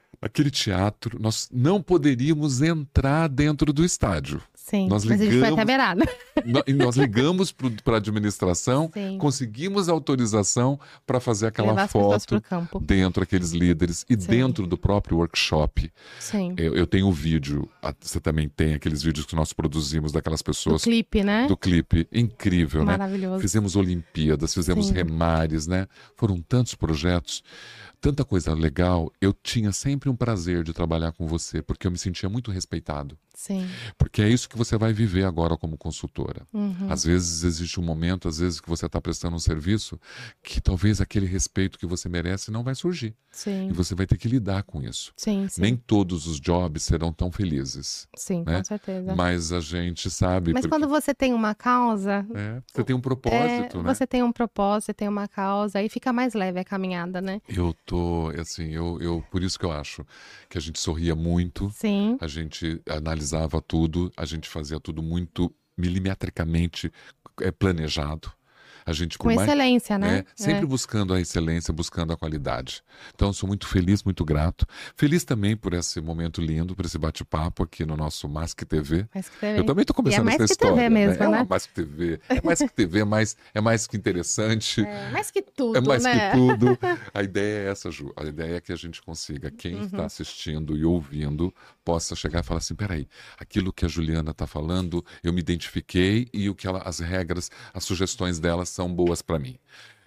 A: Aquele teatro, nós não poderíamos entrar dentro do estádio.
B: Sim,
A: nós
B: mas
A: ligamos,
B: a gente foi até beirada.
A: E nós ligamos para a administração,
B: Sim.
A: conseguimos autorização para fazer aquela
B: Levar as pessoas pro
A: foto
B: campo.
A: dentro daqueles líderes e
B: Sim.
A: dentro do próprio workshop.
B: Sim.
A: Eu, eu tenho o vídeo, você também tem aqueles vídeos que nós produzimos daquelas pessoas.
B: Do clipe, né?
A: Do clipe, incrível,
B: Maravilhoso.
A: né? Fizemos Olimpíadas, fizemos
B: Sim.
A: remares, né? Foram tantos projetos, tanta coisa legal. Eu tinha sempre um prazer de trabalhar com você, porque eu me sentia muito respeitado.
B: Sim.
A: Porque é isso que você vai viver agora como consultora.
B: Uhum.
A: Às vezes existe um momento, às vezes que você está prestando um serviço que talvez aquele respeito que você merece não vai surgir.
B: Sim.
A: E você vai ter que lidar com isso.
B: Sim, sim.
A: Nem todos os jobs serão tão felizes.
B: Sim,
A: né?
B: com certeza.
A: Mas a gente sabe...
B: Mas
A: porque...
B: quando você tem uma causa...
A: É, você tem um propósito,
B: é,
A: né?
B: Você tem um propósito, você tem uma causa, aí fica mais leve a caminhada, né?
A: Eu tô, assim, eu, eu, por isso que eu acho que a gente sorria muito,
B: Sim.
A: a gente analisava tudo, a gente fazia tudo muito milimetricamente é, planejado. A gente,
B: Com mais, excelência, né?
A: É, sempre
B: é.
A: buscando a excelência, buscando a qualidade. Então, sou muito feliz, muito grato. Feliz também por esse momento lindo, por esse bate-papo aqui no nosso Mask T V.
B: Mais que T V.
A: Eu também estou começando
B: e é
A: essa
B: mais
A: história.
B: Que T V mesmo,
A: né?
B: né?
A: É mais que T V. É mais que T V, é mais, é mais que interessante.
B: É mais que tudo,
A: É mais
B: né?
A: que tudo. A ideia é essa, Ju. A ideia é que a gente consiga, quem
B: Uhum.
A: está assistindo e ouvindo, possa chegar e falar assim, peraí, aquilo que a Juliana está falando, eu me identifiquei e o que ela, as regras, as sugestões dela são boas para mim.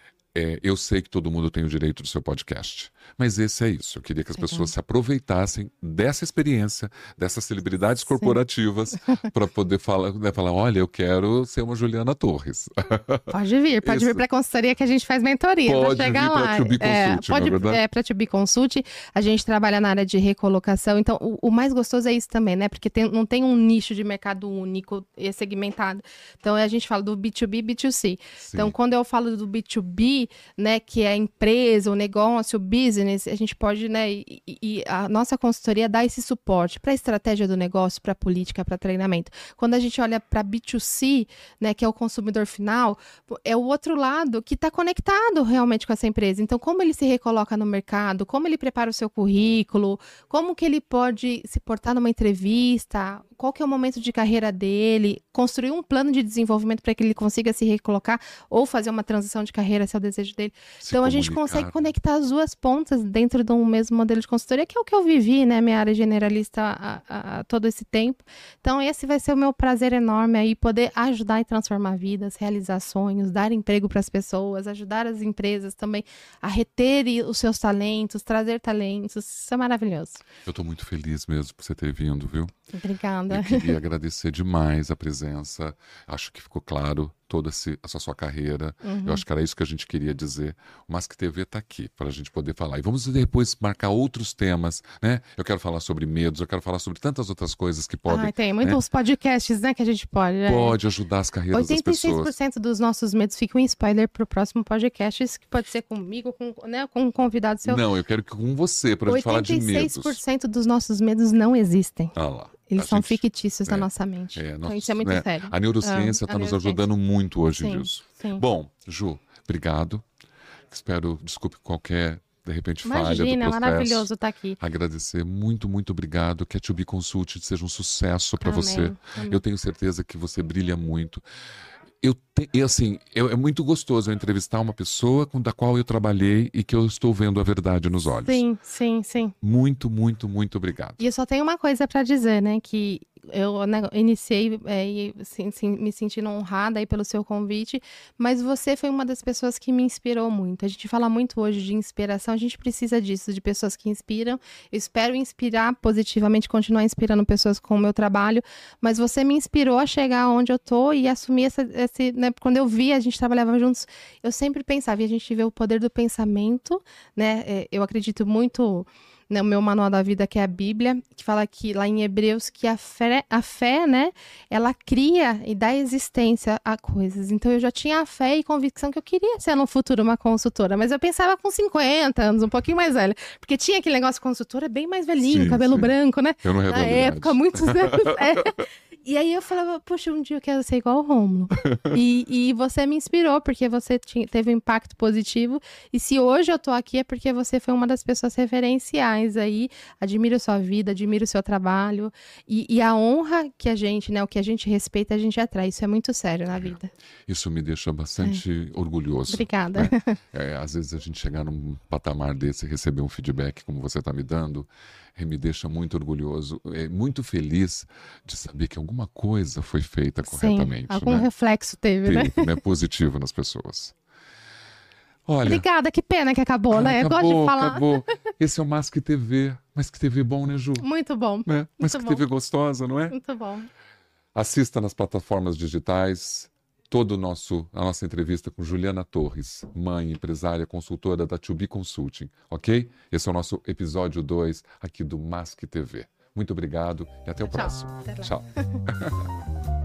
A: É, eu sei que todo mundo tem o direito do seu podcast, mas esse é isso. Eu queria que as
B: Legal.
A: pessoas se aproveitassem dessa experiência, dessas celebridades
B: Sim.
A: corporativas, para poder falar, né, falar, olha, eu quero ser uma Juliana Torres.
B: Pode vir, pode
A: Isso.
B: vir para a consultoria que a gente faz mentoria.
A: Pode
B: chegar
A: vir
B: lá.
A: para a To Be
B: é,
A: Consult,
B: pode,
A: não é verdade?
B: É, para a To Be Consult, a gente trabalha na área de recolocação, então o, o mais gostoso é isso também, né? Porque tem, não tem um nicho de mercado único e segmentado. Então a gente fala do B dois B, B dois C.
A: Sim.
B: Então quando eu falo do B dois B, né, que é a empresa, o negócio, o business, a gente pode, né, e, e a nossa consultoria dá esse suporte para a estratégia do negócio, para a política, para treinamento. Quando a gente olha para B dois C, né, que é o consumidor final, é o outro lado que está conectado realmente com essa empresa. Então, como ele se recoloca no mercado, como ele prepara o seu currículo, como que ele pode se portar numa entrevista, qual que é o momento de carreira dele, construir um plano de desenvolvimento para que ele consiga se recolocar ou fazer uma transição de carreira, se é o desejo dele.
A: Se
B: Então, a gente consegue conectar as duas pontas dentro de um mesmo modelo de consultoria, que é o que eu vivi, né, minha área generalista a, a, a todo esse tempo. Então, esse vai ser o meu prazer enorme aí, poder ajudar e transformar vidas, realizar sonhos, dar emprego para as pessoas, ajudar as empresas também a reter os seus talentos, trazer talentos. Isso é maravilhoso.
A: Eu estou muito feliz mesmo por você ter vindo, viu?
B: Obrigada.
A: Eu queria agradecer demais a presença. Acho que ficou claro toda essa sua carreira.
B: Uhum.
A: Eu acho que era isso que a gente queria dizer. O Mask T V está aqui para a gente poder falar. E vamos depois marcar outros temas, né? Eu quero falar sobre medos, eu quero falar sobre tantas outras coisas que podem...
B: Ah, tem muitos
A: né?
B: podcasts, né, que a gente pode. É.
A: Pode ajudar as carreiras das pessoas.
B: oitenta e seis por cento dos nossos medos ficam em spoiler para o próximo podcast, que pode ser comigo, com, né, com um convidado seu.
A: Não, eu quero que com você, para a gente falar de medos.
B: oitenta e seis por cento dos nossos medos não existem.
A: Ah lá.
B: Eles
A: A
B: são
A: gente-
B: fictícios
A: é,
B: na nossa mente.
A: É,
B: Então,
A: nós-
B: isso é muito
A: né,
B: sério.
A: A neurociência
B: Ah,
A: está
B: a
A: nos
B: neurociência.
A: ajudando muito hoje
B: Sim,
A: nisso.
B: sim.
A: Bom, Ju, obrigado. Espero, desculpe qualquer, de repente, falha do
B: Imagina, é
A: processo.
B: maravilhoso estar aqui.
A: Agradecer, muito, muito obrigado. Que a To Be Consult seja um sucesso para
B: Amém,
A: você.
B: amém.
A: Eu tenho certeza que você brilha muito. Eu te, e assim, eu- é muito gostoso eu entrevistar uma pessoa com da qual eu trabalhei e que eu estou vendo a verdade nos olhos.
B: Sim, sim, sim.
A: Muito, muito, muito obrigado.
B: E eu só tenho uma coisa para dizer, né? Que eu né, iniciei é, e sim, sim, me sentindo honrada aí pelo seu convite, mas você foi uma das pessoas que me inspirou muito. A gente fala muito hoje de inspiração, a gente precisa disso, de pessoas que inspiram. Eu espero inspirar positivamente, continuar inspirando pessoas com o meu trabalho, mas você me inspirou a chegar onde eu tô e assumir essa, esse, né? Quando eu vi, a gente trabalhava juntos, eu sempre pensava, e a gente vê o poder do pensamento, né? É, eu acredito muito... né, o meu manual da vida, que é a Bíblia, que fala que lá em Hebreus que a fé, a fé, né, ela cria e dá existência a coisas. Então eu já tinha a fé e convicção que eu queria ser no futuro uma consultora, mas eu pensava com cinquenta anos, um pouquinho mais velha, porque tinha aquele negócio de consultora bem mais velhinho,
A: Sim,
B: cabelo
A: sim.
B: branco, né?
A: Eu não
B: Na
A: revelo
B: época,
A: idade.
B: muitos anos. É. E aí eu falava, puxa, um dia eu quero ser igual o Rômulo. e, e você me inspirou, porque você tinha, teve um impacto positivo. E se hoje eu tô aqui é porque você foi uma das pessoas referenciais aí. Admiro a sua vida, admiro o seu trabalho. E, e a honra que a gente, né, o que a gente respeita, a gente atrai. Isso é muito sério na vida.
A: Isso me deixa bastante é. orgulhoso.
B: Obrigada.
A: Né? É, às vezes a gente chegar num patamar desse e receber um feedback como você está me dando, me deixa muito orgulhoso, é, muito feliz de saber que alguma coisa foi feita corretamente.
B: Sim, algum
A: né?
B: reflexo teve,
A: teve
B: né?
A: né? Positivo nas pessoas. Olha,
B: obrigada, que pena que acabou,
A: ah,
B: né?
A: Acabou,
B: eu gosto de falar.
A: acabou. Esse é o Mask T V. Mas que T V bom, né, Ju?
B: Muito bom.
A: Né? Mas
B: muito
A: que
B: bom.
A: T V gostosa, não é?
B: Muito bom.
A: Assista nas plataformas digitais todo o nosso, a nossa entrevista com Juliana Torres, mãe, empresária, consultora da To Be Consulting, ok? Esse é o nosso episódio dois aqui do Mask T V. Muito obrigado e até o
B: Tchau.
A: próximo.
B: Até lá.
A: Tchau.